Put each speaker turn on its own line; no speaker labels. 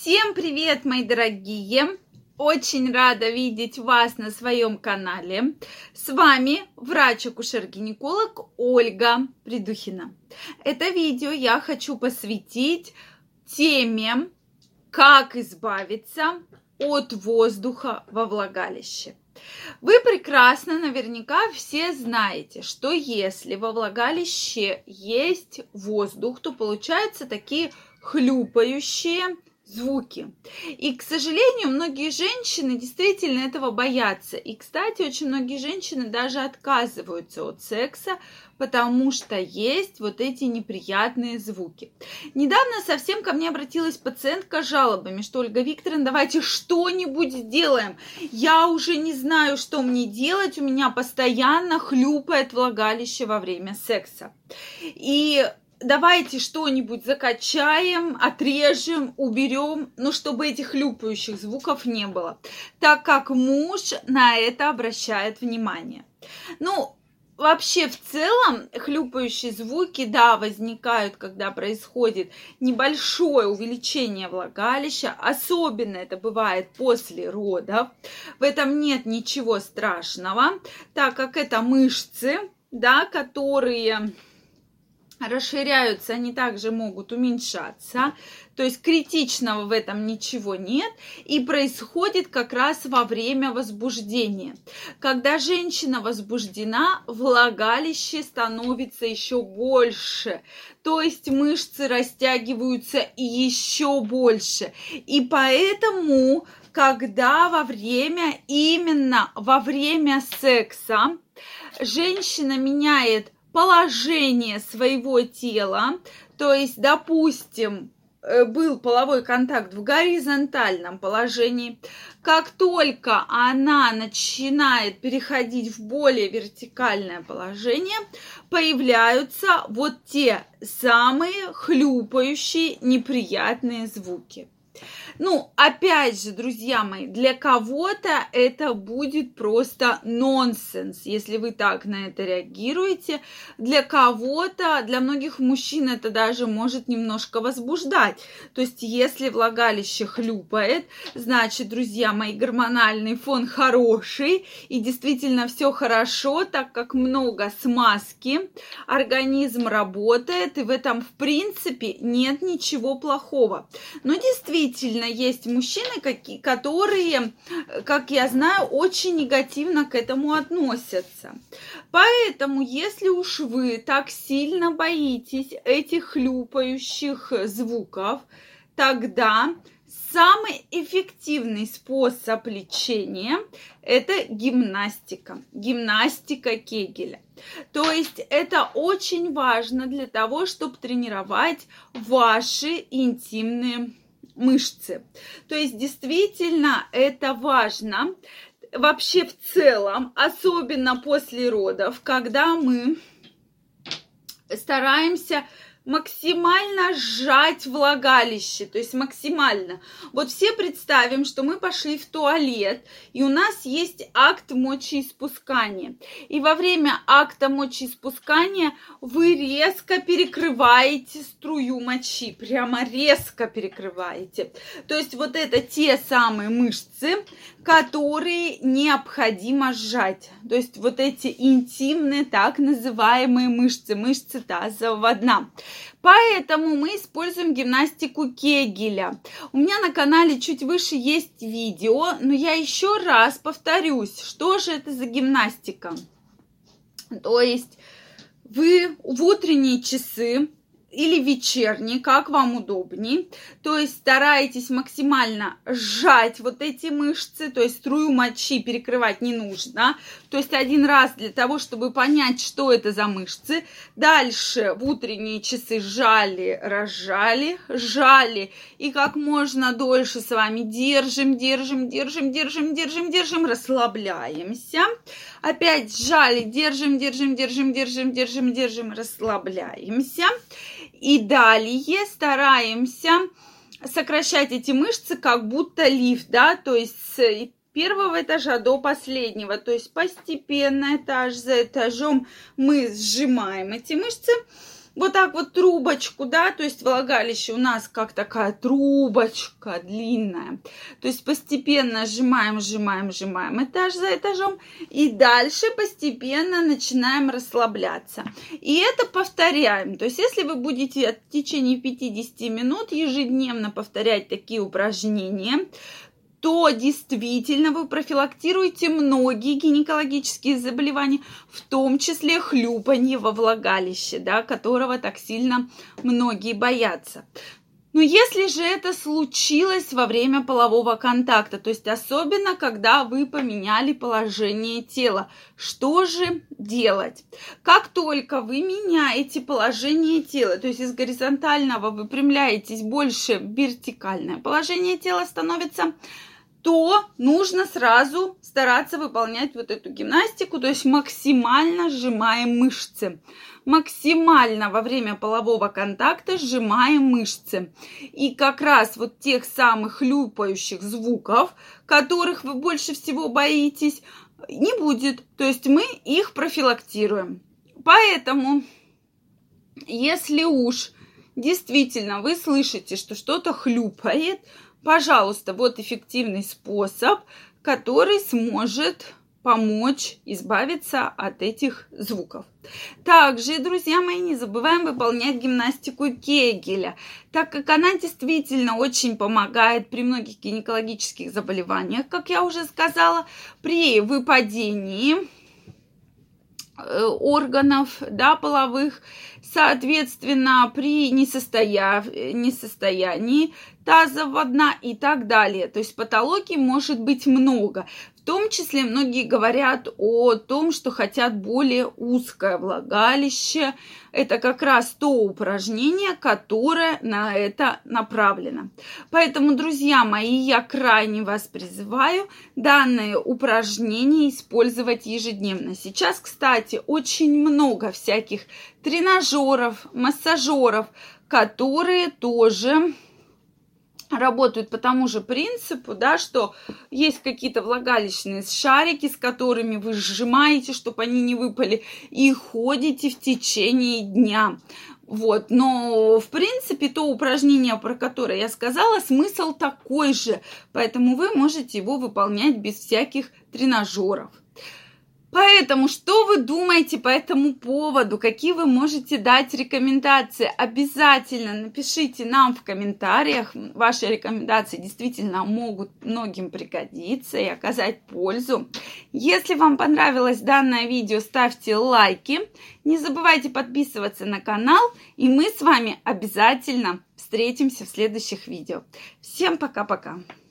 Всем привет, мои дорогие! Очень рада видеть вас на своем канале. С вами врач-акушер-гинеколог Ольга Придухина. Это видео я хочу посвятить теме, как избавиться от воздуха во влагалище. Вы прекрасно, наверняка все знаете, что если во влагалище есть воздух, то получаются такие хлюпающие звуки. И, к сожалению, многие женщины действительно этого боятся. И, кстати, очень многие женщины даже отказываются от секса, потому что есть вот эти неприятные звуки. Недавно совсем ко мне обратилась пациентка с жалобами, что: Ольга Викторовна, давайте что-нибудь сделаем. Я уже не знаю, что мне делать, у меня постоянно хлюпает влагалище во время секса. И давайте что-нибудь закачаем, отрежем, уберем, но чтобы этих хлюпающих звуков не было, так как муж на это обращает внимание. Вообще, в целом, хлюпающие звуки, да, возникают, когда происходит небольшое увеличение влагалища, особенно это бывает после родов. В этом нет ничего страшного, так как это мышцы, да, которые расширяются, они также могут уменьшаться, то есть критичного в этом ничего нет, и происходит как раз во время возбуждения. Когда женщина возбуждена, влагалище становится еще больше, то есть мышцы растягиваются еще больше, и поэтому, когда именно во время секса женщина меняет положение своего тела, то есть, допустим, был половой контакт в горизонтальном положении, как только она начинает переходить в более вертикальное положение, появляются вот те самые хлюпающие неприятные звуки. Опять же, друзья мои, для кого-то это будет просто нонсенс, если вы так на это реагируете. Для кого-то, для многих мужчин это даже может немножко возбуждать. То есть, если влагалище хлюпает, значит, друзья мои, гормональный фон хороший, и действительно все хорошо, так как много смазки, организм работает, и в этом, в принципе, нет ничего плохого. Но действительно, есть мужчины, которые, как я знаю, очень негативно к этому относятся. Поэтому, если уж вы так сильно боитесь этих хлюпающих звуков, тогда самый эффективный способ лечения – это гимнастика. Гимнастика Кегеля. То есть это очень важно для того, чтобы тренировать ваши интимные мышцы. То есть действительно это важно вообще в целом, особенно после родов, когда мы стараемся максимально сжать влагалище, то есть максимально. Вот все представим, что мы пошли в туалет, и у нас есть акт мочеиспускания. И во время акта мочеиспускания вы резко перекрываете струю мочи, прямо резко перекрываете. То есть вот это те самые мышцы, которые необходимо сжать. То есть вот эти интимные, так называемые мышцы тазового дна. Поэтому мы используем гимнастику Кегеля. У меня на канале чуть выше есть видео, но я еще раз повторюсь, что же это за гимнастика. То есть вы в утренние часы или вечерние, как вам удобней. То есть стараетесь максимально сжать вот эти мышцы, то есть струю мочи перекрывать не нужно. То есть один раз для того, чтобы понять, что это за мышцы. Дальше в утренние часы сжали, разжали, сжали. И как можно дольше с вами держим, расслабляемся. Опять сжали, держим, расслабляемся. И далее стараемся сокращать эти мышцы, как будто лифт, да, то есть с первого этажа до последнего, то есть постепенно, этаж за этажом мы сжимаем эти мышцы вот так вот трубочку, да, то есть влагалище у нас как такая трубочка длинная. То есть постепенно сжимаем этаж за этажом и дальше постепенно начинаем расслабляться. И это повторяем. То есть если вы будете в течение 50 минут ежедневно повторять такие упражнения, то действительно вы профилактируете многие гинекологические заболевания, в том числе хлюпанье во влагалище, да, которого так сильно многие боятся. Но если же это случилось во время полового контакта, то есть особенно когда вы поменяли положение тела, что же делать? Как только вы меняете положение тела, то есть из горизонтального выпрямляетесь больше в вертикальное положение тела становится, то нужно сразу стараться выполнять вот эту гимнастику, то есть максимально сжимаем мышцы. Максимально во время полового контакта сжимаем мышцы. И как раз вот тех самых хлюпающих звуков, которых вы больше всего боитесь, не будет. То есть мы их профилактируем. Поэтому, если уж действительно вы слышите, что что-то хлюпает, пожалуйста, вот эффективный способ, который сможет помочь избавиться от этих звуков. Также, друзья мои, не забываем выполнять гимнастику Кегеля, так как она действительно очень помогает при многих гинекологических заболеваниях, как я уже сказала, при выпадении органов, да, половых, соответственно, при несостоянии тазового дна и так далее. То есть патологий может быть много. В том числе многие говорят о том, что хотят более узкое влагалище. Это как раз то упражнение, которое на это направлено. Поэтому, друзья мои, я крайне вас призываю данное упражнение использовать ежедневно. Сейчас, кстати, очень много всяких тренажеров, массажеров, которые тоже работают по тому же принципу, да, что есть какие-то влагалищные шарики, с которыми вы сжимаете, чтобы они не выпали, и ходите в течение дня. Вот, но в принципе то упражнение, про которое я сказала, смысл такой же, поэтому вы можете его выполнять без всяких тренажеров. Поэтому, что вы думаете по этому поводу? Какие вы можете дать рекомендации? Обязательно напишите нам в комментариях. Ваши рекомендации действительно могут многим пригодиться и оказать пользу. Если вам понравилось данное видео, ставьте лайки. Не забывайте подписываться на канал. И мы с вами обязательно встретимся в следующих видео. Всем пока-пока!